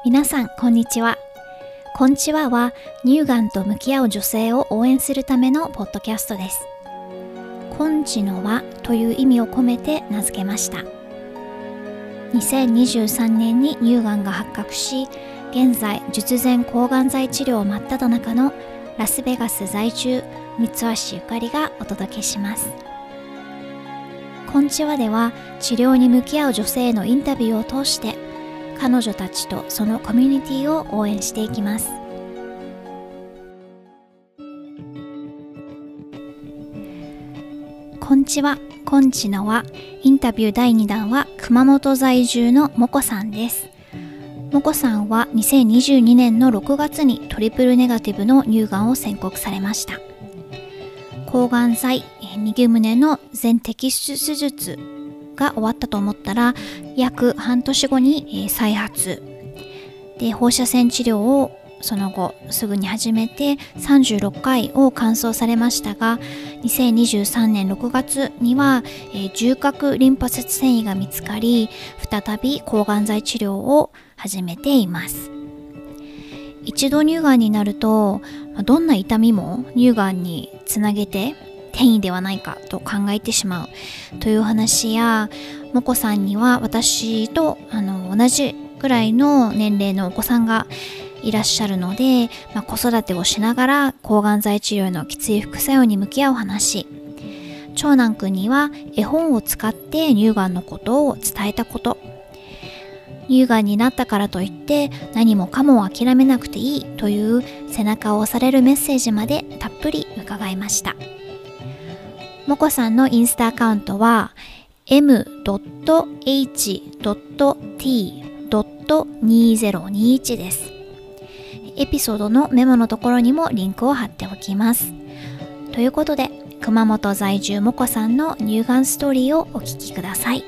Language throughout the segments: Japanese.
皆さん、こんにちは。こんちはは乳がんと向き合う女性を応援するためのポッドキャストです。こんちの輪という意味を込めて名付けました。2023年に乳がんが発覚し、現在術前抗がん剤治療真っ只中のラスベガス在住三橋ゆかりがお届けします。こんちはでは治療に向き合う女性へのインタビューを通して彼女たちとそのコミュニティを応援していきます。こんちは、こんちのはインタビュー第2弾は熊本在住のもこさんです。もこさんは2022年の6月にトリプルネガティブの乳がんを宣告されました。抗がん剤右胸の全摘出手術が終わったと思ったら約半年後に再発で、放射線治療をその後すぐに始めて36回を完走されましたが、2023年6月には重核リンパ節繊維が見つかり、再び抗がん剤治療を始めています。一度乳がんになるとどんな痛みも乳がんにつなげて転移ではないかと考えてしまうという話や、もこさんには私と同じぐらいの年齢のお子さんがいらっしゃるので、子育てをしながら抗がん剤治療のきつい副作用に向き合う話、長男くんには絵本を使って乳がんのことを伝えたこと、乳がんになったからといって何もかも諦めなくていいという背中を押されるメッセージまでたっぷり伺いました。もこさんのインスタアカウントは m.h.t.2021 です。エピソードのメモのところにもリンクを貼っておきます。ということで、熊本在住もこさんの乳がんストーリーをお聞きください。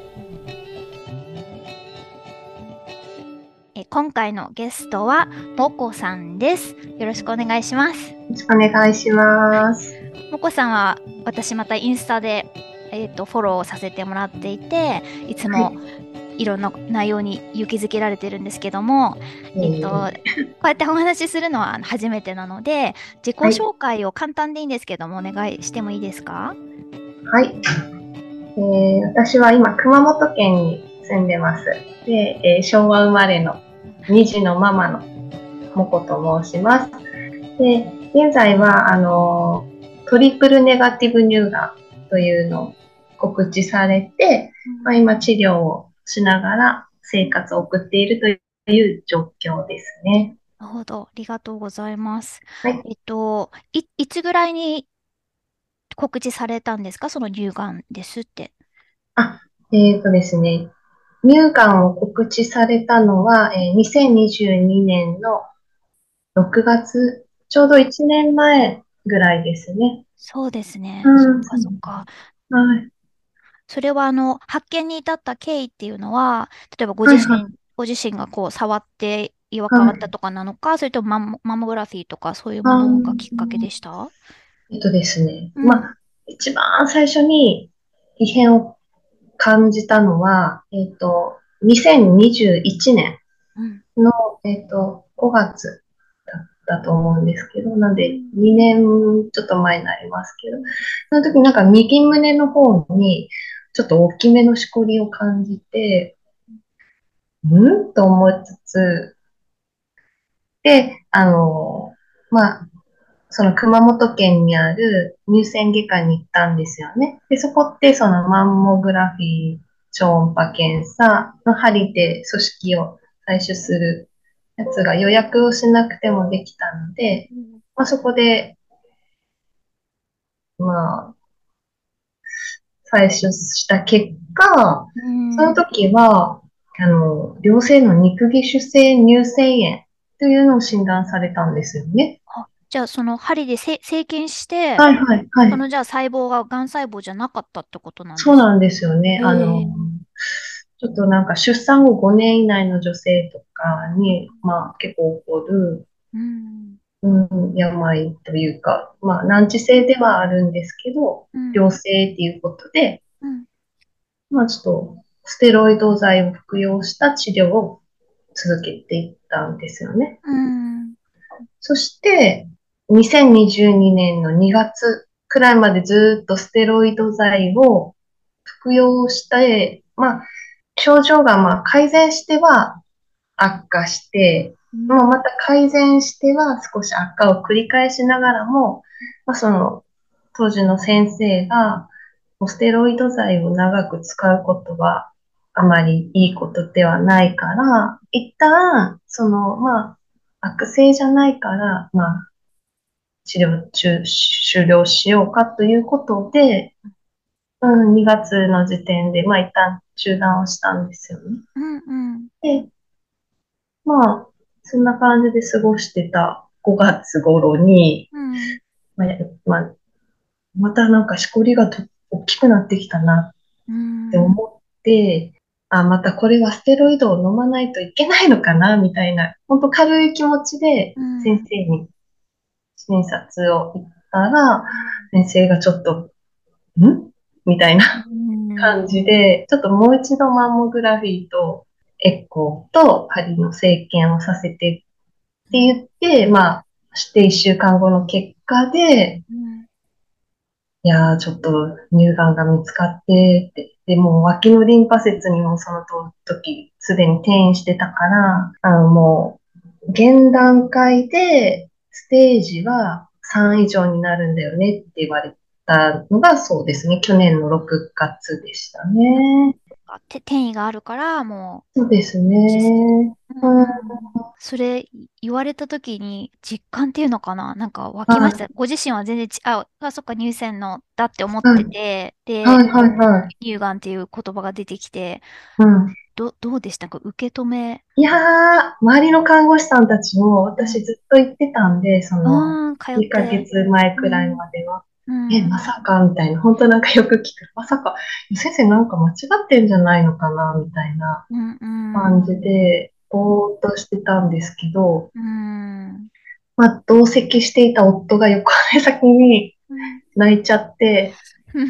今回のゲストはもこさんです。よろしくお願いします。 よろしくお願いします。 もこさんは私またインスタで、フォローさせてもらっていて、いつもいろんな内容に勇気づけられてるんですけども、こうやってお話しするのは初めてなので、自己紹介を簡単でいいんですけども、お願いしてもいいですか？ はい。私は今、熊本県に住んでます。で、昭和生まれの2児のママのもこと申します。で、現在は、トリプルネガティブ乳がんというのを告知されて、今治療をしながら生活を送っているという状況ですね。 なるほど、ありがとうございます。 はい。 いつぐらいに告知されたんですか？その乳がんですって。 あ、ですね、乳がんを告知されたのは、2022年の6月、ちょうど1年前ぐらいですね。 そうですね。そっうん、 かそっか。 はい。 それは発見に至った経緯っていうのは、例えばはい、はい。 ご自身がこう触って違和感あったはい。 とかなのか、それともマンモグラフィーとかそういうもあのがきっかけでーした？ ですね。 うん。 一番最初に異変を感じたのは、2021 うん。 年の、5月だったと思うんですけど、なんでうん。 2年ちょっと前になりますけど、 うん。 その時なんか右胸の方にちょっと大きめのしこりを感じて、と思いつつ、で、その熊本県にある乳腺外科に行ったんですよね。で、そこってそのマンモグラフィー、超音波検査の針で組織を採取するやつが予約をしなくてもできたので、 うん。 そこで、まあ、採取した結果、 うそのん。 時は、良性の肉義手性乳腺炎というのを診断されたんですよね。 あ、じゃあその針で生検して、 はいはいはい。 そのじゃあ細胞が癌細胞じゃなかったってことなんですか？ そうなんですよね。 へえ。 ちょっとなんか出産後5年以内の女性とかに、結構起こる、 うん。 病というか、難治性ではあるんですけど、 うん。 良性っていうことで、 うん。 ちょっとステロイド剤を服用した治療を続けていったんですよね。 うん。 そして、2022年の2月くらいまでずっとステロイド剤を服用して、症状が改善しては悪化して、また改善しては少し悪化を繰り返しながらも、その当時の先生が、ステロイド剤を長く使うことはあまりいいことではないから、一旦、悪性じゃないから、終了しようかということで、2月の時点で、一旦中断をしたんですよね。 うんうん。 で、まあ、そんな感じで過ごしてた5月頃に、 うん。 まあ、まあ、またなんかしこりが大きくなってきたなうってん。 思って、またこれはステロイドを飲まないといけないのかな、みたいな、本当軽い気持ちでうん。 先生に診察を行ったら、先生がちょっと、みたいなうん。 感じで、ちょっともう一度マンモグラフィーとエコーと針の生検をさせてって言って、して1週間後の結果で、 うん。 いやー、ちょっと乳がんが見つかってって、で、もう脇のリンパ節にもその時、すでに転移してたから、もう、現段階で、ステージは3以上になるんだよねって言われたのが、そうですね、去年の6月でしたね。 転移があるから、もそうですう、実践。 ね。 うんうん、 うん。それ言われた時に実感っていうのかな、なんか湧きました。 はい、 ご自身は全然そっか、乳腺のだって思ってはい、 て、で、 はい、はい、はい。 乳がんっていう言葉が出てきて、 うん。 どうでしたか、受け止め。 いやー、周りの看護師さんたちもうん。 私ずっと言ってたんで、 通っ 2ヶて。 月前くらいうん。 までは。 うまん。 さかみたいな、本当なんかよく聞く。まさか、先生なんか間違ってんじゃないのかなみたいなうん。うん。 感じで、ぼーっとしてたんですけど、 うん。 同席していた夫が横目先にうん。 泣いちゃって、 うん。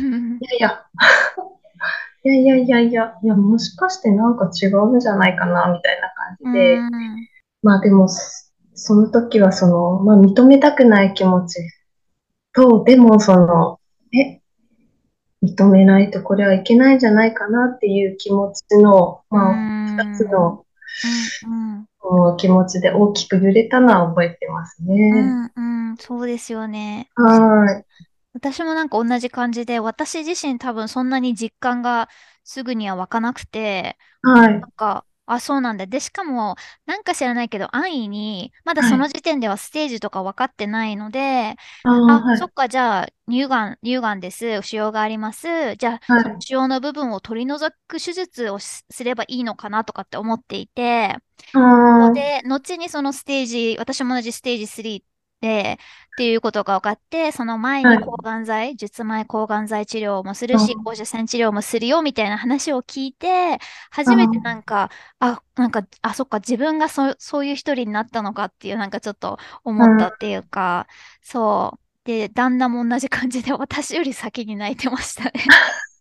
いやいや、いやいやいやいや、いや、もしかしてなんか違うんじゃないかなみたいな感うじで、 ん。 でも、その時は認めたくない気持ちと、でもえ、認めないとこれはいけないんじゃないかなっていう気持ちの、 う二つん。 のうん。うん。 気持ちで大きく揺れたのは覚えてますね。 うん。うん。そうですよね。 は私もなんか同じ感じで、私自身多分そんなに実感がすぐには湧かなくて、 い、はい、 なんか、あ、そうなんだ。で、しかも、なんか知らないけど、安易に、まだそのはい、 時点ではステージとか分かってないので、 はい、 そっか、じゃあ、乳がんです。腫瘍があります。じゃあ、そのはい、 腫瘍の部分を取り除く手術をすればいいのかなとかって思っていて、そうで、後にそのステージ、私も同じステージ3で、っていうことが分かって、その前に抗がん剤、術前抗がん剤治療もするし、放射線治療もするよみたいな話を聞いて、初めてなんか、そっか、自分がそういう一人になったのかっていう、なんかちょっと思ったっていうか、そう。で、旦那も同じ感じで私より先に泣いてましたね。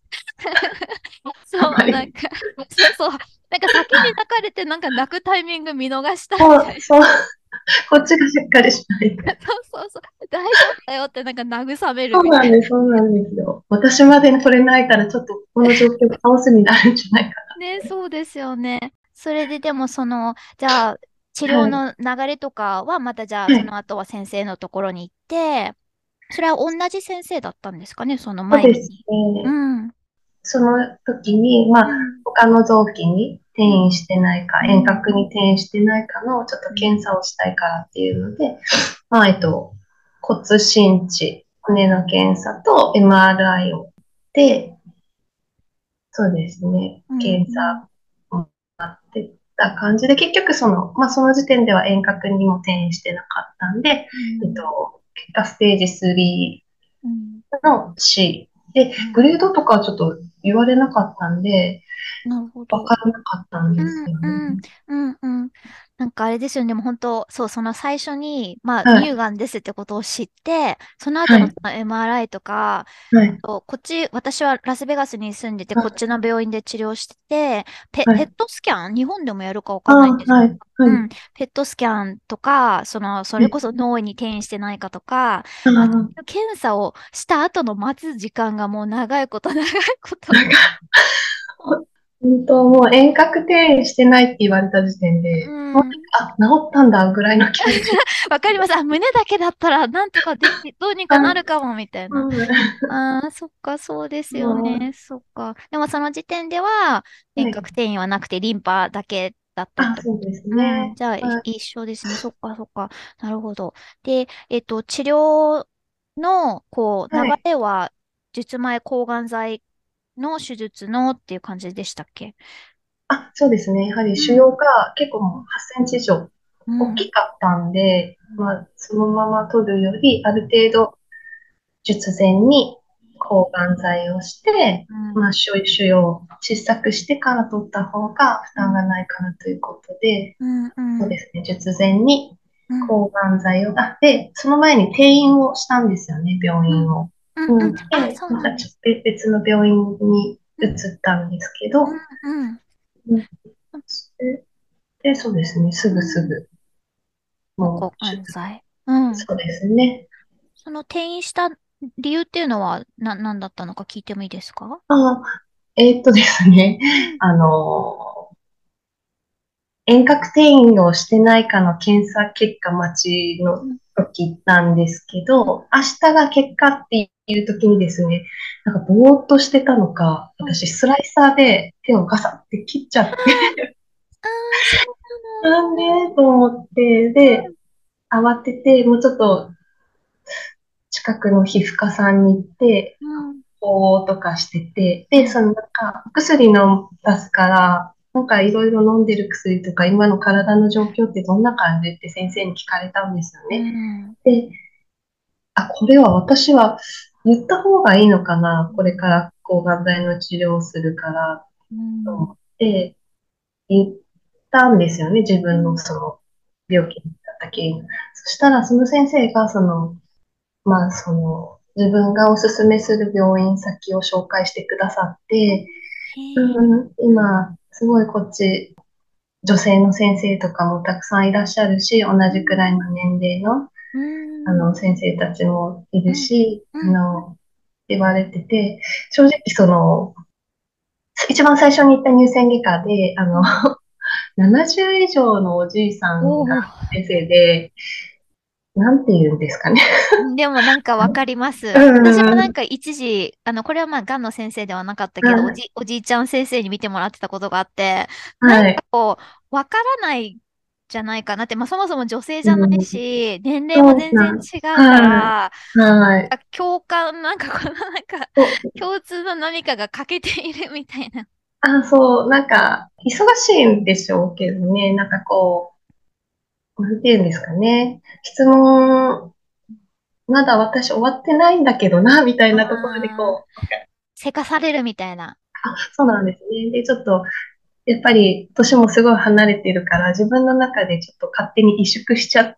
やっそう、 ぱり、 そうそう。なんか先に泣かれて、なんか泣くタイミング見逃したみたいな。 そう、こっちがしっかりしないと。 そうそうそう。大丈夫だよってなんか慰めるみたいそうなんです、そうなんですよ。私までこれないから、ちょっとこの状況がカオスになるんじゃないかな。ね、そうですよね。それででもじゃあ、治な。はい。 療の流れとかはまたじゃあ、 はい。 その後は先生のところに行って、それは同じ先生だったんですかね、そのそうです前に。うね。 ん。 その時に、 うん。 他の臓器にうん。 転移してないか、 うん。 遠隔に転移してないかのちょっとうん。 検査をしたいからっていうので、骨心地、骨の検査と MRI をで、そうですね、 うん。 検査を待ってた感じで、結局その時点では遠隔にも転移してなかったんで、 うん。 結果ステージうん。 3の C。で、 うん。 グレードとかはちょっと言われなかったんで、 なるほど。 わからなかったんですうん。 よね。 うん。うん。うん。なんなんかあれですよね、もう本当、そう、その最初に、まあ、 はい。 乳がんですってことを知って、その後はい。 のその MRI とか、 はい。 こっち、私はラスベガスに住んでて、こっあ、 ちの病院で治療してて、ペッはい。 トスキャン日本でもやるかわかあ、 んないんですけど、 はい。はい。 うん、ペットスキャンとか、それえ、 こそ脳に転移してないかとか、 ああと、 ー、 検査をした後の待つ時間がもう長いこと、長いこと。 なんか、もう遠隔転移してないって言われた時点うで、もうん。 あ、治ったんだぐらいの気持ち。 わかります。あ、胸だけだったら、なんとかどうにかなはい。 るかも、みたいな。 うん。 ああ、そっか、そうですよもね。そっか。でもその時点では、 う、はい。 遠隔転移はなくて、リンパだけだったっあ、 てこそうですと。うん。 ね。 じゃあ、 はい。 一緒ですね。そっか、そっか。なるほど。で、治療の、こう、流はい。 れは、術前抗がん剤の手術のっていう感じでしたっけ？ あ、そうですね。やはりうん。 腫瘍が結構もう8センチ以上うん。 大きかったんで、まあ、そのまま取るより、ある程度術前に抗がん剤をして、 うん。 まあ、腫瘍を小さくしてから取った方が負うん。 担がないかなということで、 うん。うん。 そうですね、術前にうん。 抗がん剤を、あ、で、その前に転院をしたんですよね、病うん。 院を。 うん。うん。 うん。 あ、 で、 そうまたなんです。 別の病院に移っうん。 たんですけうん。 ど、 うん。 うん、で、そうですね、すうん。 ぐすぐ、もう、 抗がん剤。うん。 そうですね。 その転院した理由っていうのは何だったのか聞いてもいいですか？ あ、ですね、 うん。 あの、遠隔転院をしてないかの検査結果待ちのうん。 時なんですけど、 うん。 明日が結果っていう時にですね、なんかぼーっとしてたのか、 うん。 私スライサーで手をガサって切っちゃって、 ああ、そうなんでなの。 と思って、で、慌てて、もうちょっと近くの皮膚科さんに行って、 うん。うん。 こうとかしてて、で、 うん。 そのなんか、お薬飲出すから、なんかいろいろ飲んでる薬とか、今の体の状況ってどんな感じって先生に聞かれたんですようね。 ん。 で、あ、これは私は言った方がいいのかな、これから抗がん剤の治療をするからうん。 と思って言ったんですよね、自分のうん。 その病気だった原因。そしたらその先生がまあ自分がおすすめする病院先を紹介してくださって、 へえ。 うん、今、すごいこっち、女性の先生とかもたくさんいらっしゃるし、同うじくらいん。 の年齢の、 うん。 先生たちもいうん。 るし、 うん。 言われてて、正直一番最初に行った乳腺外科で、 うん。 70以上のおじいさんがおお。 先生で、なんて言うんですかね。 でもなんかわかります。 う私もなんん、 か一時、これはまあ、がんの先生ではなかったけど、 はい、 おじいちゃん先生に見てもらってたことがあって、なんはい、 かこう、わからないじゃないかなって、まあそもそも女性じゃないうん、 し、年齢も全然そうなん、 違うかはい、 ら、 はい。 共感、なんかこのなんか、共通の何かが欠けているみたいな。 あ、そう、なんか、忙しいんでしょうけどね、なんかこう、なんて言うんですかね。質問、まだ私終わってないんだけどな、みたいなところでああ、 こう、 せかされるみたいな。 そうなんですね。で、ちょっと、やっぱり、年もすごい離れてるから、自分の中でちょっと勝手に萎縮しちゃって、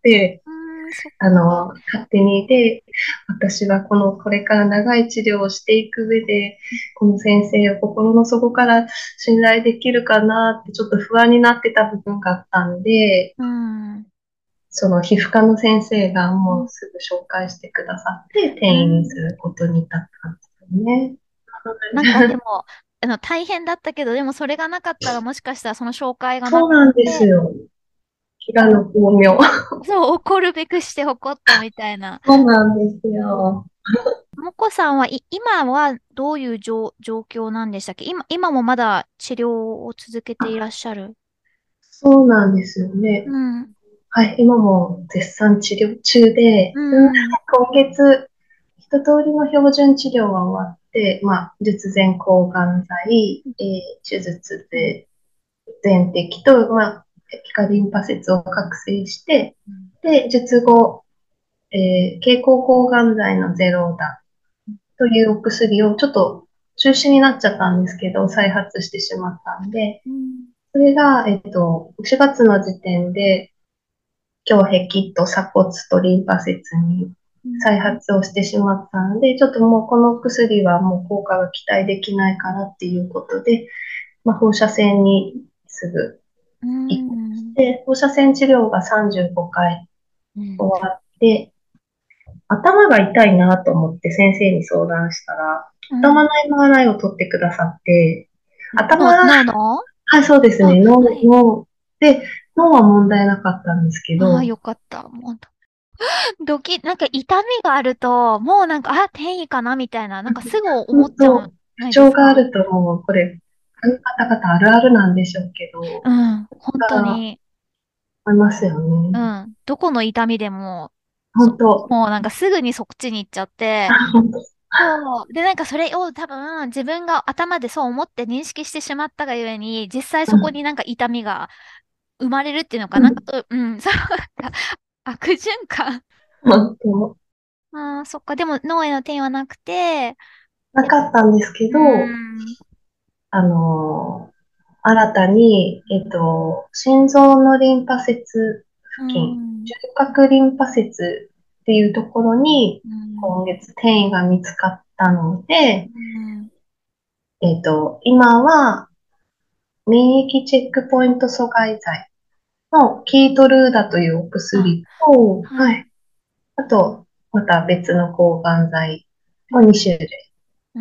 うーん、そっか。 勝手に、で、私はこれから長い治療をしていく上で、この先生を心の底から信頼できるかなってちょっと不安になってた部分があったんで、 うん。うん。 その皮膚科の先生がもうすぐ紹介してくださって、転う院すん。 ることに至ったんですよね。 なんかでも、大変だったけど、でもそれがなかったらもしかしたらその紹介がなくそうなんですて、 よ。怪我この巧妙。 う、そう、怒るべくして怒ったみたいな。 そうなんですよ。 もこさん今はどういう状況なんでしたっけ？今もまだ治療を続けていらっあ、 しゃる？ そうなんですよね。 うん。 はい、今も絶賛治療中で、 ううん、 ん。 今月、一通りの標準治療は終わって、まあ、術前抗がん剤、手術で全摘と、まあ、皮下リンパ節を覚醒して、で、術後、経口抗がん剤のゼロダというお薬をちょっと中止になっちゃったんですけど、再発してしまったんで、 うん。 それが、4月の時点で、胸壁と鎖骨とリンパ節にうん。 再発をしてしまったので、ちょっともうこの薬はもう効果が期待できないからっていうことで、まあ、放射線にすぐう移行しん。 て、放射線治療が35回うん。 終わって、頭が痛いなと思って先生に相談したら、 うん。 頭の MRI を取ってくださって、頭、 脳の。 はい、そうですあ、 ね、 はい。 で、脳は問題なかったんですけああ、 ど、 よかった。もう、なんか痛みがあると、もうなんか、あ、転移かなみたいな、なんかすぐ思っちゃう、 本当、不ないで調すか？ があるともうこれ、あの方々あるあるなんでしょうけど、 うん、本当がに、 ありますよね。 うん、どこの痛みでも、 本当、 もうなんかすぐにそっちに行っちゃって、 あ、本当、 そう。で、なんかそれを多分自分が頭でそう思って認識してしまったがゆえに、実際そこうん、 になんか痛みが生まれるっていうのかな、なんかうん、 と、うん、そう、悪循環。 本当、 ああ、そっか。でも脳への転移はなくて、 なかったんですけうーど、 ん、 あの新たに、心臓のリンパ節付うー近、 ん、 中核リンパ節っていうところに、 うん、 今月転移が見つかったので、 うん、 今は免疫チェックポイント阻害剤のキートルーダというおあ、 薬と、 はい。 はい。あと、また別の抗がん剤をうん、 2種類うん、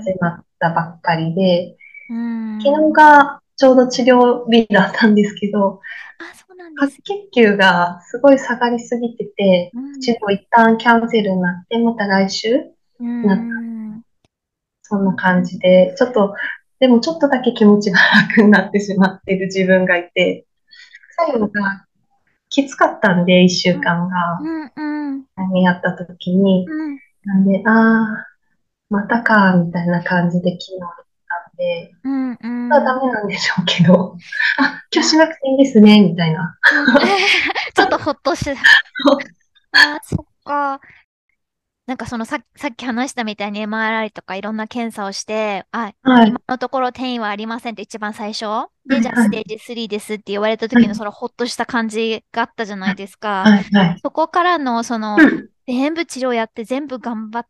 始まったばっかりで、 う昨日ん。 がちょうど治療日だったんですけど、 あ、そうなんで白す。 血球がすごい下がりすぎてて、 うん、 治療一旦キャンセルになって、また来週うなった、 ん、 そんな感じで、ちょっと、でもちょっとだけ気持ちが楽になってしまっている自分がいて、最後がきつかったんで、一週間が、 うん、うん、 何やった時に、 うん、 なんで、ああ、またか、みたいな感じで昨日だったんで、 うん、うまあん。 ダメなんでしょうけど、あ、 いや、 今日しなくていいんですね、みたいな。 うん、ちょっとほっとして、あー、そっか。なんかそのさっき話したみたいに MRI とかいろんな検査をして、あ、 はい、 今のところ転移はありませんって一番最初。で、 はい、 じゃあはい、 ステージ3ですって言われたはい、 時のそのほっとした感じがあったじゃないですか。 はい、はい。 そこからのそのうん、 全部治療やって全部頑張って、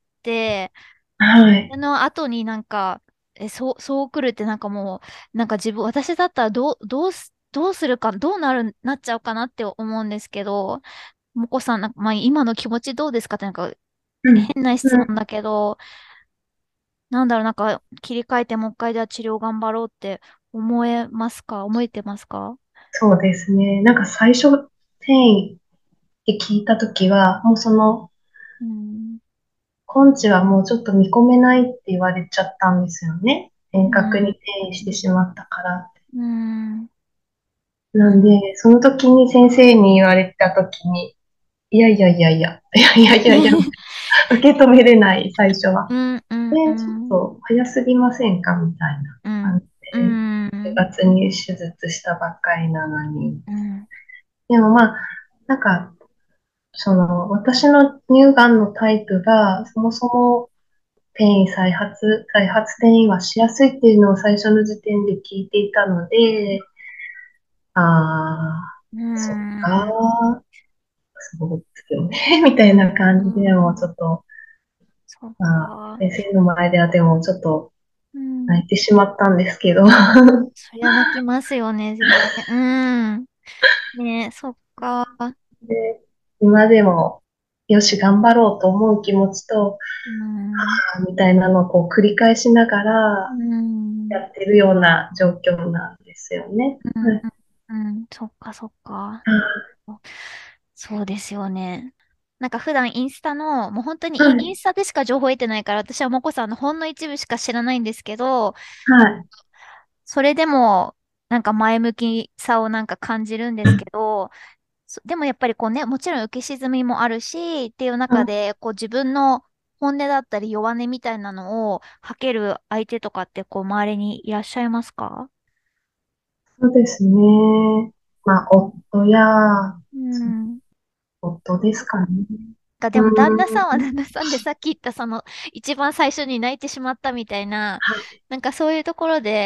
はい。 その後になんか、そう来るってなんかもう、なんか私だったらどうするか、どうなっちゃうかなって思うんですけど、もこさん、なんか、まあ、今の気持ちどうですかってなんか、 うん、 変な質うん。 問だけど、なんだろう、なんか、切り替えてもう一回じゃあ治療頑張ろうって思えてますか？ そうですね。なんか最初、転移って聞いたときは、もうその、 うん。 根治はもうちょっと見込めないって言われちゃったんですよね。遠うん。 隔に転移してしまったから。 うん。 なんで、その時に先生に言われた時に、いやいやいやいや、いやいやいやいや、受け止めれない、最初は。 うん。うん。 で、 うちょっん。 と早すぎませんかみたいなうん。 感じうで、 ん。 4月に手術したばっかりなのに。 うん。 でもまあ、なんか、私の乳がんのタイプが、そもそも再発転移はしやすいっていうのを最初の時点で聞いていたので、ああ、 うそっか、 ん。 そうですよね、みたいな感うじで、もうちん。 ょっと、 そっまあ、 か。 先生の前ではでもちょっとうん。 泣いてしまったんですけど、 そりゃ泣きますよね、絶対。うん。ねえ、そっか。 で、今でも、よし、頑張ろうと思う気持ちと、 うん。 みたいなのをこう繰り返しながうらやん。 ってるような状況なんですよね。 うん。 はい。 うん。そっか、そっか。 はそうですよね。なんか普段インスタの、もう本当にインい。 スタでしか情報を得てないから、私はもこさんのほんの一部しか知らないんですけど、 はい。 それでも、なんか前向きさをなんか感じるんですけど、でもやっぱりこうね、もちろん浮き沈みもあるし、っていう中で、こう自分の本音だったり弱音みたいなのを吐ける相手とかってこう周りにいらっしゃいますか？ そうですね。まあ、夫や、 うん。 夫ですかね。 でも旦那うーさんはん。 旦那さんでさっき言ったその一番最初に泣いてしまったみたいな、なんかそういうところで、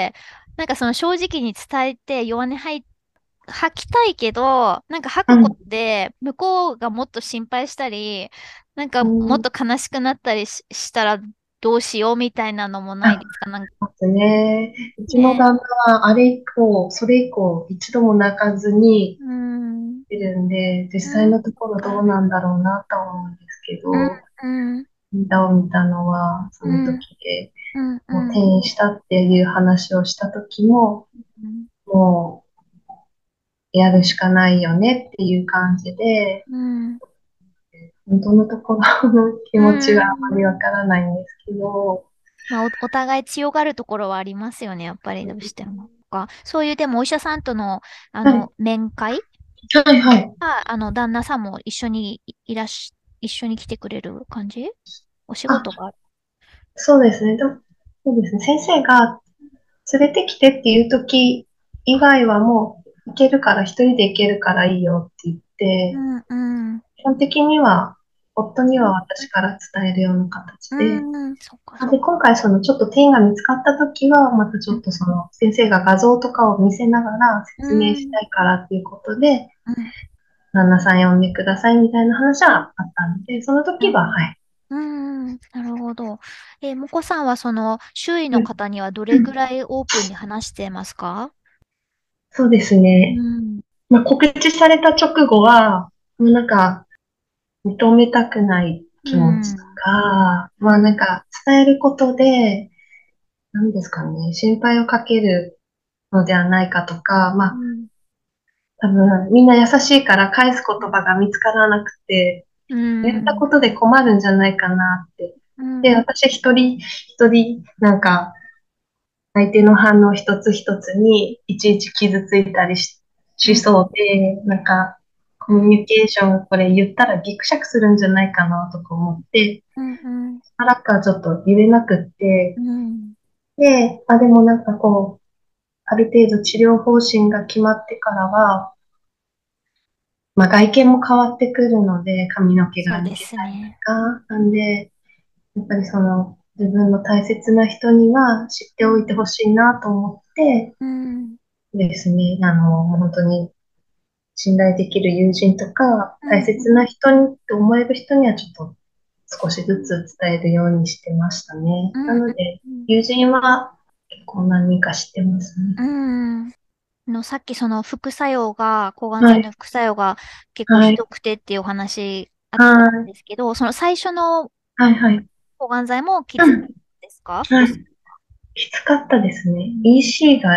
なんかその正直に伝えて弱音吐きたいけど、なんか吐くことうん。 で向こうがもっと心配したり、なんかもっうん。 と悲しくなったりしたらどうしようみたいなのもないあ、 ですか？なんかますね。うちのね。 旦那はあれ以降、それ以降、一度も泣かずにうーん。 いるんで、実うん、 際のところどうそっか。 なんだろうなとは思うんですけうん、 ど、 うん、 歌を見たのはそのうん、 時で、 うん、うもう転ん。 院したっていう話をした時も、 うん、 もうやるしかないよねっていう感じで、 うん、 本当のところの気う持ちがあまりわん。 からないんですけど、 まあ、お互い強がるところはありますよね、やっぱりどうしても。そういう、でもお医者さんとの、 はい、 面会はい、はい。 は、旦那さんも一緒に一緒に来てくれる感じ？お仕あ、 事がある。 そうですね。でも、そうですね。先生が連れてきてっていう時以外はもう行けるから、一人で行けるからいいよって言って、 うん、うん。 基本的には、夫にうん、 は私から伝えるような形で、 うん、そっか、そっで、 か。 今回そのちょっと転移が見つかった時は、またちうん、 ょっとその先生が画像とかを見せながらう説明したん、 いからっていうことで、 うん。 旦那さん呼んでくださいみたいな話はあったので、その時は、 なるほど。 はい。 うん、なるほど。もこさんはその周囲のうん。 方にはどうん。 れぐらいオープンに話してますか？ そうですうね。 ん。 まあ、告知された直後は、もうなんか、認めたくないう気持ちとん。 か、まあなんうん。 か伝えることで、何ですかね、心配をかけるのではないかとか、まあうん。 多分みんな優しいから返す言葉が見つからなくて、 う言ったん。 ことで困るんじゃないかなって。で、 うん。 私一人一人なんか相手の反応一つ一つにいちいち傷ついたりしうん。 そうで、なんかコミュニケーションこれ言ったらギクシャクするんじゃないかなとか思って、 うん。うん。 腹からちょっと言えなくって、 うん。 で、でもなんかこう、ある程度治療方針が決まってからは、まあ外見も変わってくるので、髪の毛がそうで抜けたりとすね。 か、なんで、やっぱりその自分の大切な人には知っておいてほしいなと思ってうん。 ですね、もう本当に信頼できる友人とか、 うん。 大切な人にって思える人にはちょっと少しずつ伝えるようにしてましたね。 うん。 なので、 うん。 友人は結構何人か知ってますね。 うん。さっきその副作用が、抗がんはい、 剤の副作用が結構はい、 ひどくてっていうお話あったんはい、 ですけど、その最初のはい、はい。 抗がん剤もきつかったうん、 ですか？ はい。きつかったですね。 うん。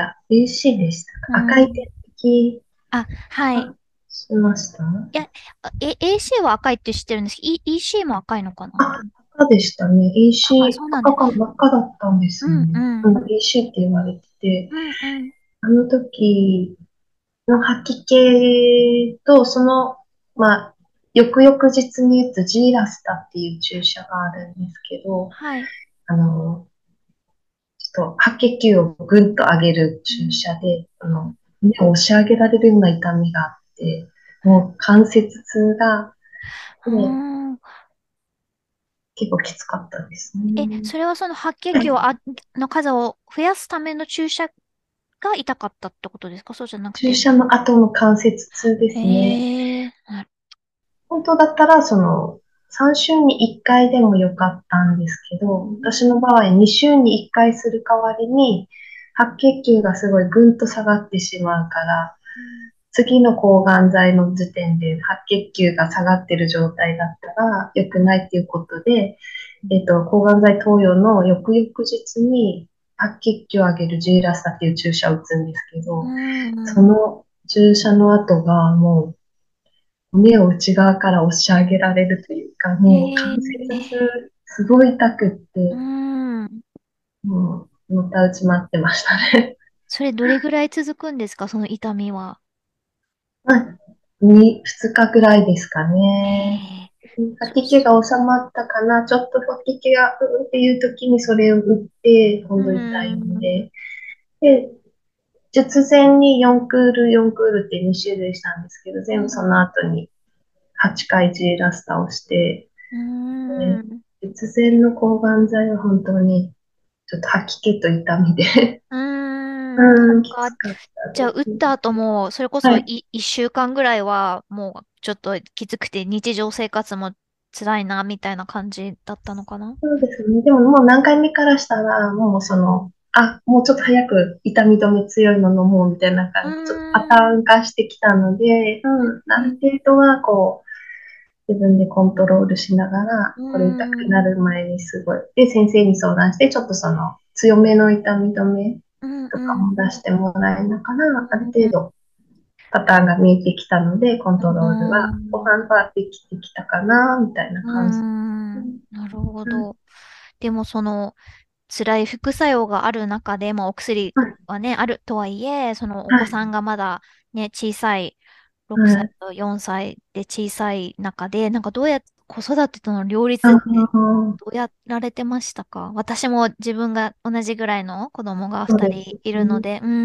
EC でしたうか？赤いん。 点滴あ、はい。 あしました？ いや、AC は赤いって知ってるんですけど、EC も赤いのかなと。 赤でしたね。 そ EC、 うなんです。 赤か真っ赤だったんですうん、うよね。うん。 ん、EC って言われてて、 うん、うん。 あの時の吐き気と、まあ、翌々日に打つジーラスタっていう注射があるんですけど、 はい。 あの、ちょっと白血球をぐんと上げる注うん。 射で、目を押し上げられるような痛みがあって、もう関節痛が、 うね、 ん。 結構きつかったですね。 それはその白血球の数を増やすための注射が痛かったってことですか？そうじゃなくて。 注射の後の関節痛ですね。 ええ本当だったら、3週に1回でもよかったんですけど、私の場合2週に1回する代わりに、白血球がすごいぐんと下がってしまうから、次の抗がん剤の時点で白血球が下がってる状態だったら良くないっていうことで、抗がん剤投与の翌々日に白血球を上げる G ラスタっていう注射を打つんですけうど、そん。 の注射の後がもう目を内側から押し上げられるというか、もう関節ええ痛すごい痛くっうて、 ん。 もう、のたうち回ってましたね。 それどれぐらい続くんですか？その痛みは。 まあ、2日ぐらいですかね。 ええ吐き気が収まったかな、ちょっと吐き気がっていう時にそれを打って、 う今度痛いのん。 で、で、術前に4クール、4クールって2種類したんですけど、全部その後に8回 G ラスタをして、 うでん。 術前の抗がん剤は本当にちょっと吐き気と痛みでううん、きか、 つかったじゃあ、 ですね。 打った後も、それこそはい。 一週間ぐらいは、もうちょっときつくて、日常生活も辛いな、みたいな感じだったのかな？ そうですね。でももう何回目からしたら、もうもうちょっと早く痛み止め強いの飲もうみたいなうー感じ、ちょっとパターん。 ン化してきたので、あるうん。 程度は自分でコントロールしながら、 うこれ痛くん。 なる前にすごい。で、先生に相談して、ちょっと強めの痛み止めうん。 とかうん。 も出してもらえながら、ある程うん。 度パターンが見えてきたので、コントロールは、 うん。 後半はできてきたかな、みたいなう感じ。 ん。なるほうんど。でも辛い副作用がある中で、まあお薬はい、 はね、あるとはいえ、そのおはい、 子さんがまだね、小さい、6歳はい。 と4歳で小さい中で、なんかどうやって子育てとの両あ立ってーどうやられてましたか？私も自分が同じぐらいの子供が2 そうです人いるのね。 で、うん。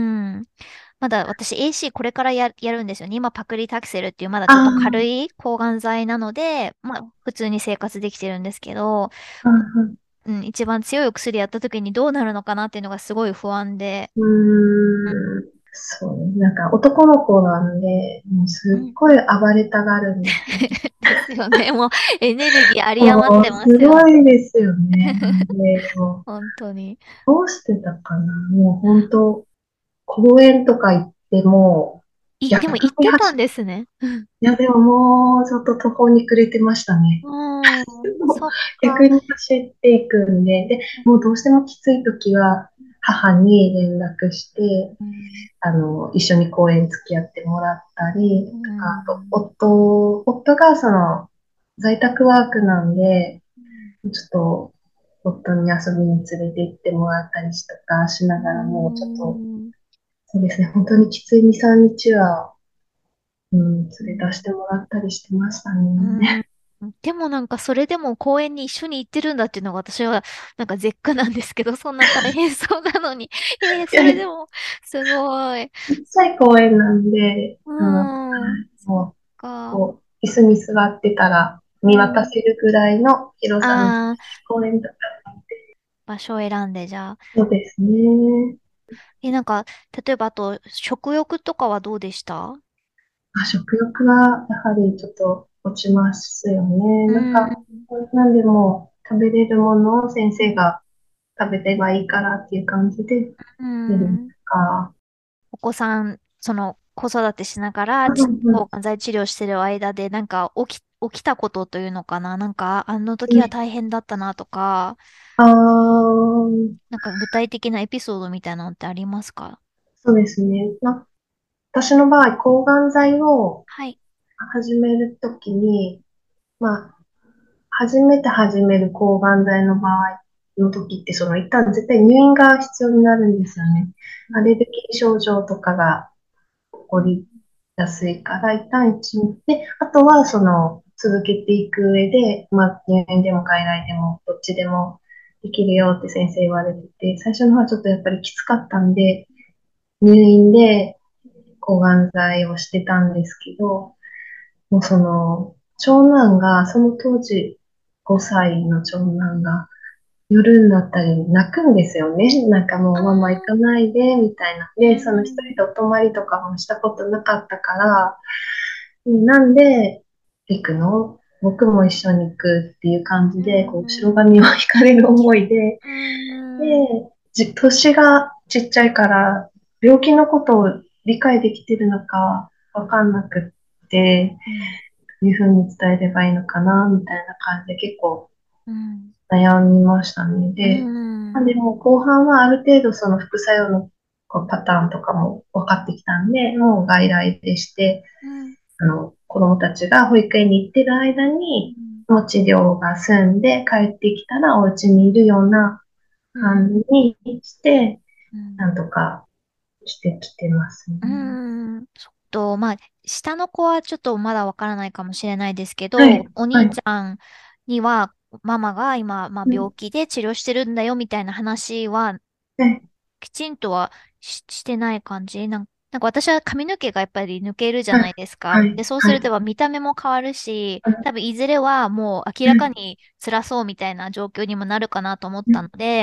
まだ私 AC これからやるんですよね。今パクリタキセルっていうまだあちょっと軽あ、 い抗がん剤なので、まあ普通に生活できてるんですけど、 あーうん、一番強いお薬やった時にどうなるのかなっていうのがすごい不安で。 そうね。なんか男の子なんで、もうすっうん。 ごい暴れたがるんですよ。 ですよね。もうエネルギー有り余ってもうすますよね。 ごいですよね。なんで、もう本当に。 どうしてたかな。もう本当、公園とか行っても、 でも逆言ってたんにですね。 いや、でももうちょっと途方に暮れてましたね。 うん、 もうそっか。 逆に走っていくんで、もうどうしてもきつい時は母に連絡して、 うん。 一緒に公園付き合ってもらったり、 うとか、あと、 ん。 夫が在宅ワークなんで、ちょっと、夫に遊びに連れて行ってもらったりとかしなうがら、もうちょっと、 ん。 そうですね、本当にきつい2、3日は、連れ出してもらったりしてましたね。 うん。でもなんかそれでも公園に一緒に行ってるんだっていうのが私はなんか絶句なんですけど、そんな大変そうなのに。 いや、 それでもすごい。 ちっちゃい公園なんで、 うん。そっもう、 か。 椅子に座ってたら見渡うん。 せるぐらいの広さのああ、 公園とか。 場所を選んでじゃあ。 そうですね。 なんか、例えばあと、食欲とかはどうでした？ 食欲はやはりちょっと落ちますよね。 うん。 なんか、なんでも食べれるものを先生が食べてばいいからっていう感じでう出るとん。 か。 お子さん、子育てしながら、 うんうん。 抗がん剤治療してる間で、なんか、起きたことというのかな、なんか、あの時はね、 大変だったなとか、 あー、 なんか具体的なエピソードみたいなのってありますか？ そうですね。私の場合、抗がん剤をはい。 始めるときに、まあ、初めて始める抗がん剤の場合の時って、一旦絶対入院が必要になるんですよね。アレルギー症状とかが起こりやすいから、一旦一日で、あとは続けていく上で、まあ、入院でも外来でも、どっちでもできるよって先生言われてて、最初の方はちょっとやっぱりきつかったんで、入院で抗がん剤をしてたんですけど、もう長男が、その当時5歳の長男が、夜になったり泣くんですよね。なんかもあうママ行かー、 ないで、みたいな。 うで、一人ん、 でお泊まりとかもしたことなかったから、なんで行くの僕も一緒に行くっていう感じうで、後ろん、 髪を引かれる思いで、 うん、 で、年がちっちゃいから、病気のことを理解できてるのかわかんなくって、 うん、 どういうふうに伝えればいいのかな、みたいな感じで結構うん、 悩みましたね。 うで、まあ、 ん、 でも後半はある程度その副作用のパターンとかも分かってきたんで、もう外来でして、 うん、 子供たちが保育園に行ってる間に、もう治療が済んで帰ってきたらお家にいるようなうん、 感じにして、 うん、 なんとかしてきてますね。 うん、まあ、下の子はちょっとまだわからないかもしれないですけど、 はい、 お兄はい。 ちゃんには、ママが今、まあ、 うん、 病気で治療してるんだよみたいな話は、 はい、 きちんとはしてない感じなんか私は髪の毛がやっぱり抜けるじゃはい、 ないですか。 はで、 い、 そうすはい。 ると見た目も変わるし、 はい多分いずれはもう明うん、 らかに辛そうみたいな状況にもなるかなと思ったので、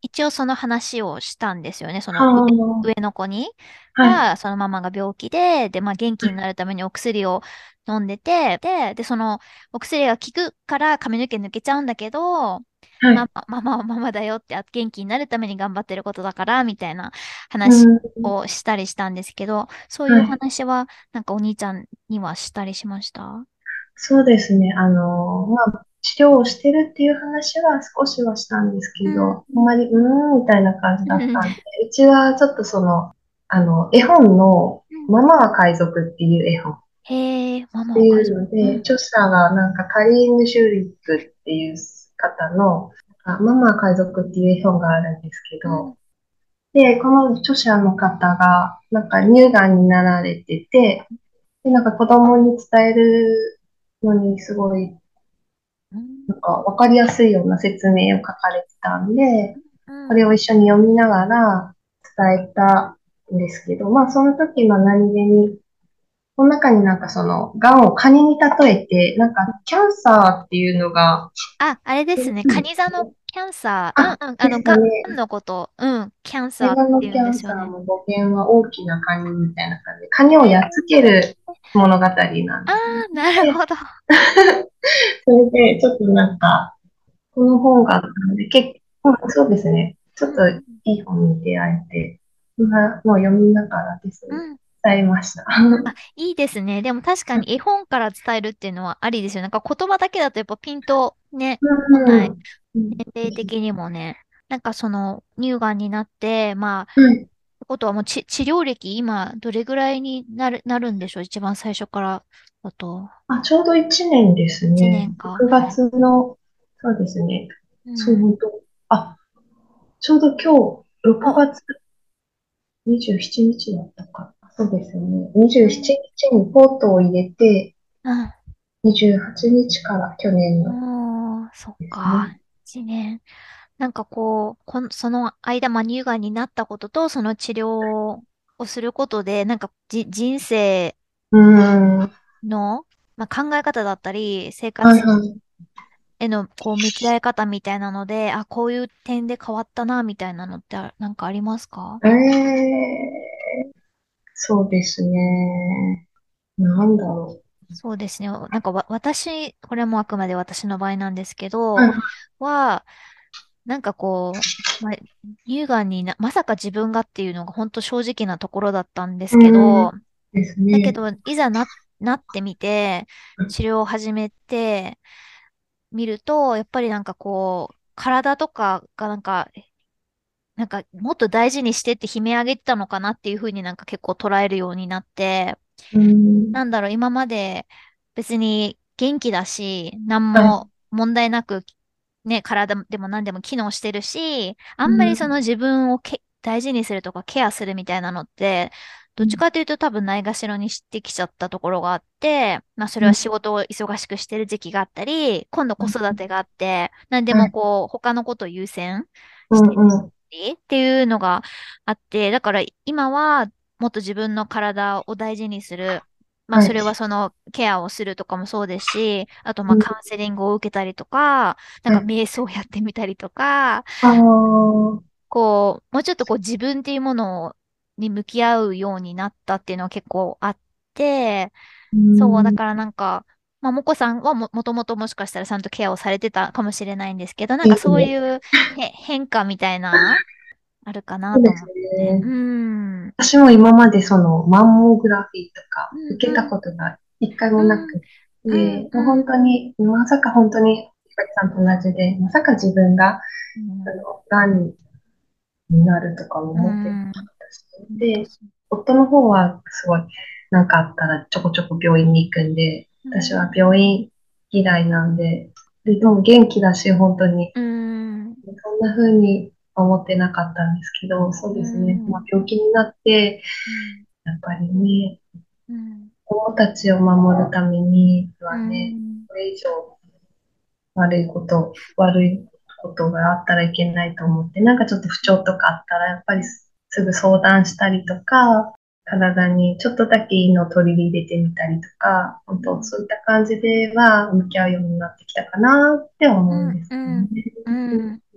一応その話をしたんですよね。そはの上あ、 の子にはい、 は、そのママが病気で、まあ元気になるためにお薬を飲んでて、で、そのお薬が効くから髪の毛抜けちゃうんだけど、 はい。 ママはママだよって、元気になるために頑張ってることだから、みたいなう話ん、 をしたりしたんですけど、そういうおはい。 話は、なんかお兄ちゃんにはしたりしました？ そうですね。まあ、治療をしてるっていう話は少しはしたんですけど、 うん。 あんまり、みたいな感じだっうん。 たんで、うちはちょっと絵本の、 うん。 ママは海賊っていう絵本っへえ、ママていうは海賊。 ので、 うん。 著者がなんかカリーム・シュリップっていう方の、ママは海賊っていう絵本があるんですけうん。 ど、で、この著者の方が、なんか乳がんになられてて、で、なんか子供に伝えるのにすごいうん。 なんかわかりやすいような説明を書かれてたんで、 うん。 これを一緒に読みながら伝えたんですけど、まあその時の何気に、この中になんか癌をカニに例えて、なんかキャンサーっていうのが、 あ、あれですね。カニ座のキャンサー。 あ、 うんうん。 ですかがんね。 のこと、うん。キャンサー映って言うん画のキャンですよね。 サーの語源は大きなカニみたいな感じで、カニをへえ。 やっつける物語なんあですね。 あ、なるで、 ほど。 それでちょっとなんか、この本があったので、結構、そうですね。ちょっというん。 い本に出会えて、今の読みながらですね、 うん。 伝えました。 あ、いいですね。でも確かに絵本から伝えるっていうのはありですよ。なんか言葉だけだとやっぱピンとね、来ない。 うん。うん。 年齢的にもね。なんかその乳がんになって、まあ、ってはい。 ことはもう治療歴今どれぐらいになるんでしょう？一番最初からだと。 あ、ちょうど1年です 1 ね。 年か。 6月の、そうですね。そう、 うん。 本当。あ、ちょうど今日、6 お、 月27日だったかな。そうですね。 うん。 27日にちにポートを入れて、 うん。 28日から去年のおー、そっか。 ですね。 1年。なんかこう、その間、まあ、乳がんになったことと、その治療をすることで、なんか人生うーん。はの、まあ、考え方だったり、生いは活い。 へのこう向き合い方みたいなので、あ、こういう点で変わったな、みたいなのってなんかありますか？ そうですね。なんだろそうですね。なんか私、これもあくまで私の場合なんですけう。はど、 い。 は、なんかこう、乳がんにまさか自分がっていうのが本当正直なところだったんですうけど、 ん。ですね。 だけど、いざなってみて、治療を始めてみると、やっぱりなんかこう、体とかがなんかもっと大事にしてって悲鳴上げてたのかなっていうふうになんか結構捉えるようになって、 うん。 なんだろう、今まで別に元気だし、何はい。 も問題なく、ね、体でも何でも機能してるし、あうんまりそのん。 自分を大事にするとかケアするみたいなのって、どっちかというと多分ないがしろにしてきちゃったところがあって、まあそれうん。 は仕事を忙しくしてる時期があったり、今度子育てがあって、何ではい。 もこう他のことを優先うしてん。うん。 っていうのがあって、だから今はもっと自分の体を大事にする。まあはい。 それはそのケアをするとかもそうですし、あとまあうん。 カウンセリングを受けたりとか、なんかはい。 瞑想をやってみたりとか、 ああ。 こう、もうちょっとこう自分っていうものに向き合うようになったっていうのは結構あって、 うそう、だん。 からなんか、まあ、もこさんはもともともしかしたらちゃんとケアをされてたかもしれないんですけど、なんかいいね。 そういう変化みたいな、あるかなと思っそうですて。 ね。 うん。うん、 私も今までそのマンモグラフィーとかうん、 受けたことが一回もうん、 なくうん、 て、もう本うん。 当に、まさか本当に、ひかりさんと同じで、まさか自分が、 うん、 癌になるとかもう思ってなかん、 ったし。で、 ほんとそう。 夫の方はすごい、なんかあったらちょこちょこ病院に行くんで、私はうん、 病院嫌いなんでも元気だし、本当に。 うん、 そんな風に思ってなかったんですけど、そううですね。まあ、 ん、 病気になって、 うん、 やっぱりね、 うん、 子供たちを守るためにうはね、 ん、 これ以上悪いことがあったらいけないと思って、なんかちょっと不調とかあったら、やっぱりすぐ相談したりとか、体にちょっとだけいいのを取り入れてみたりとか、本当そういった感じでは向き合うようになってきたかなって思うんうん、 ですうん、 よね。 うん。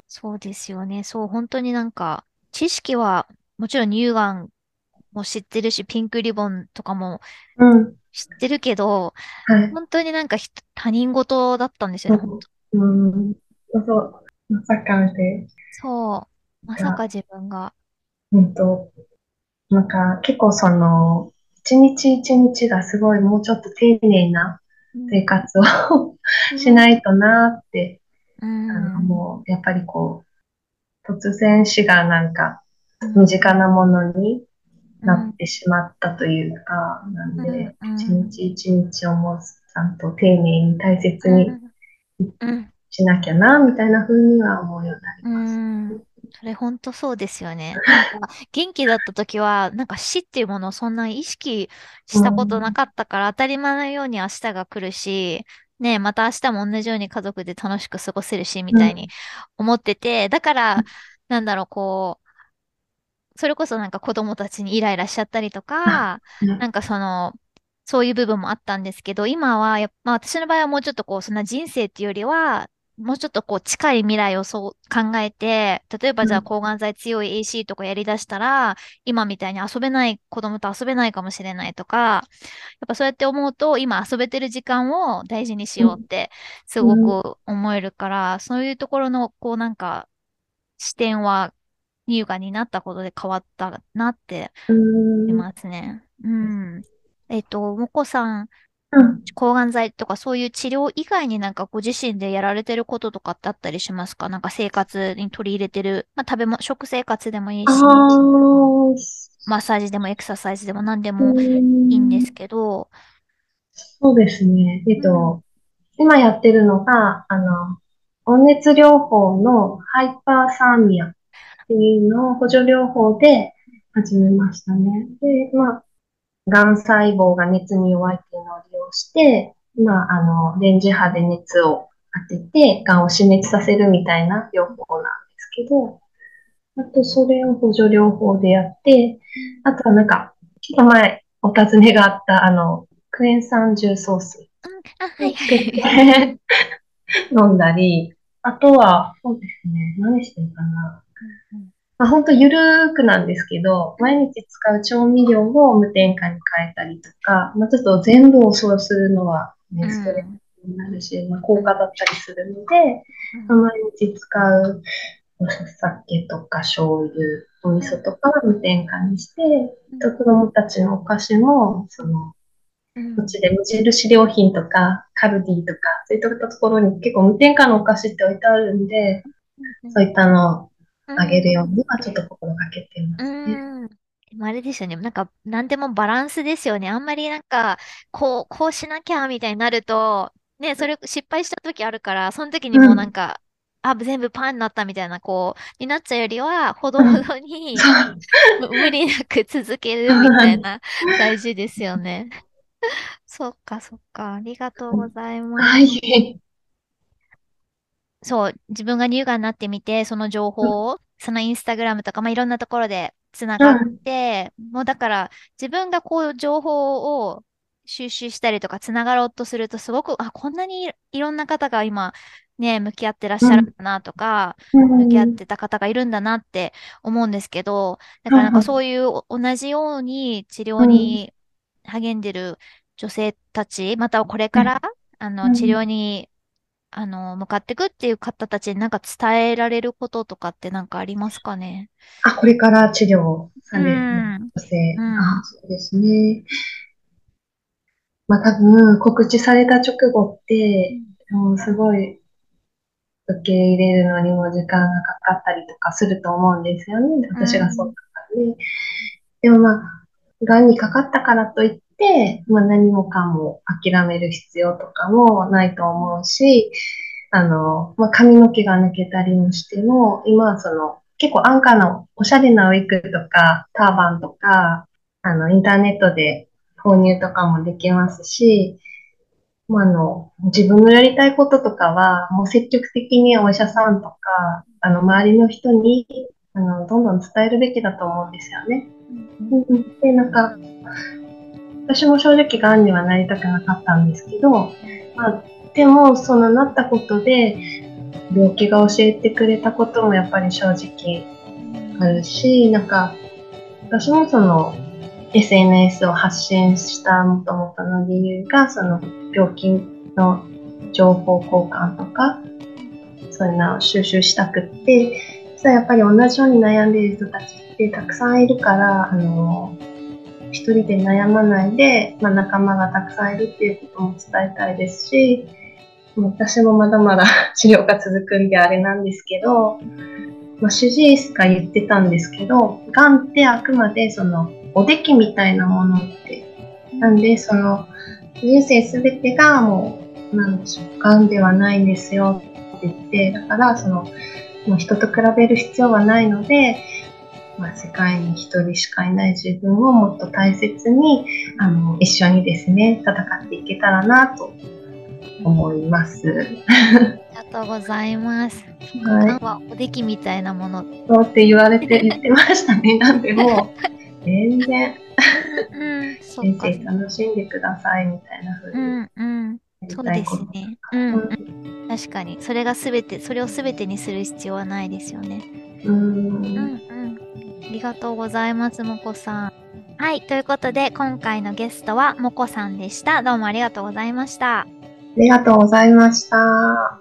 そうですよね。そう、本当になんか、知識は、もちろん乳がんも知ってるし、ピンクリボンとかもうん。 知ってるけど、 はい。 本当になんか他人事だったんですよね、本当。 うん。そう、まさかで、 そう。まさか自分が。 本当、なんか結構一日一日がすごいもうちょっと丁寧なうん。 生活をうしん。 ないとなって、 うん。 もう、やっぱり突然死がなんかうん。 身近なものになっうん。 てしまったというか、なんうん。 で、 う一ん。 日一日をもうちゃんと丁寧に大切にうん。うん。 しなきゃな、みたいな風には思うようになりうます。 ん。それ本当そうですよね。なんか、元気だった時は、なんか死っていうものをそんなに意識うしたことなん、 かったから当たり前のように明日が来るし、ねえ、また明日も同じように家族で楽しく過ごせるし、みうん、 たいに思ってて、だから、なんだろう、それこそなんか子供たちにイライラしちゃったりとあ、 か、 ね、 なんかそういう部分もあったんですけど、今はまあ私の場合はもうちょっとそんな人生っていうよりは、もうちょっと近い未来をそう考えて、例えばじゃあうん、 抗がん剤強い AC とかやりだしたら、今みたいに遊べない子供と遊べないかもしれないとか、やっぱそうやって思うと、今遊べてる時間を大事にしうん、 ようってすごうん、 く思えるから、そういうところのなんか視点は乳がんになったことで変わったなってう思いん、 ますね。うん。もこさん、 うん。 抗がん剤とかそういう治療以外になんかご自身でやられてることとかってあったりしますか？なんか生活に取り入れてる、まあ食生活でもいいあし、 あ、 マッサージでもエクササイズでも何でうもいいんでん、 すけど、 そうですね。 うん。 今やってるのが、温熱療法のハイパーサーミアっていうのを補助療法で始めましたね。で、まあ、がん細胞が熱に弱いっていうのを利用して、まあ、電磁波で熱を当てて、がんを死滅させるみたいな療法なんですけど、あと、それを補助療法でやって、 うん。 あとはなんか、ちょっと前お尋ねがあった、クエン酸重曹水あ、はいをつけはい。 て飲んだり、あとは、そうですね、何してるかな。 うんうんまあ、本当ゆるーくなんですけど、毎日使う調味料を無添加に変えたりとか、まあ、ちょっと全部をそうするのは、 うね、ストレんスになるし、まあ、 うん高価だったりするので、まあ、 うん毎日使うお酒とか醤油、お味噌とかは無添加にして、 うん子供たちのお菓子も、 うんこっちで無印良品とか、カルディとか、そういったところに結構無添加のお菓子って置いてあるんで、そういったのをあげるようにはちょっと心がけてまうすね。 ん。でもあれですよね。なんか、なんでもバランスですよね。あんまりなんか、こうしなきゃ、みたいになると、ね、それ失敗した時あるから、その時にもうなんうん。 か、全部パンになったみたいな、になっちゃうよりは、ほどほうん。 どに、 そう。 無理なく続けるみたはい。 いな、大事ですよね。そっか、そっか。ありがとうございはます。 い。 そう、自分が乳がんになってみて、その情うん。 報を、そのインスタグラムとか、まあ、いろんなところでつながっうん。 て、もうだから、自分が情報を収集したりとか、つながろうとすると、すごく、こんなにいろんな方が今、ね、向き合ってらっしゃるんうん。 だなとか、 う向き合っん。 てた方がいるんだなって思うんですけど、だからなんかはい。 そういう同じように治療うん。 に励んでる女性たち、またはこれはい。 から、治うん。 療に向かっていくっていう方たちになんか伝えられることとかってなんかありますかね？ あ、これから治療をうされるん。 女性。 うん。 あ、そうですね。まあ多分、告知された直後って、 うん。 もうすごい受け入れるのにも時間がかかったりとかすると思うんですよね。 う私がそうだっん。 たんで。でもまあ、癌にかかったからといって、まあ何もかも諦める必要とかもないと思うし、まあ、髪の毛が抜けたりもしても、今は結構安価なおしゃれなウィッグとか、ターバンとか、インターネットで購入とかもできますし、まあ、自分のやりたいこととかは、もう積極的にお医者さんとか、周りの人に、どんどん伝えるべきだと思うんですよね。 うん。うん。 うんうん。で、なんか、私も正直癌にはなりたくなかったんですけど、まあ、でも、なったことで、 病気が教えてくれたこともやっぱり正直あるし、なんか私もその SNS を発信したもともとの理由がその病気の情報交換とかそういうのを収集したくって、やっぱり同じように悩んでいる人たちってたくさんいるから、一人で悩まないで、仲間がたくさんいるっていうことも伝えたいですし、私もまだまだ治療が続くんであれなんですけど、主治医が言ってたんですけど、がんってあくまでそのおできみたいなものって、なんでその人生すべてがもうなんでしょう、がんではないんですよって言って、だからそのもう人と比べる必要はないので、世界に一人しかいない自分をもっと大切に一緒にですね戦っていけたらなと思います。 ありがとうございます。 はい、 がんはおできみたいなもの。 そうって言ってましたね。なんでもう全然人生楽しんでくださいみたいな風にそうですね。確かにそれを全てにする必要はないですよね。ありがとうございます、もこさん。はい、ということで今回のゲストはもこさんでした。どうもありがとうございました。 ありがとうございました。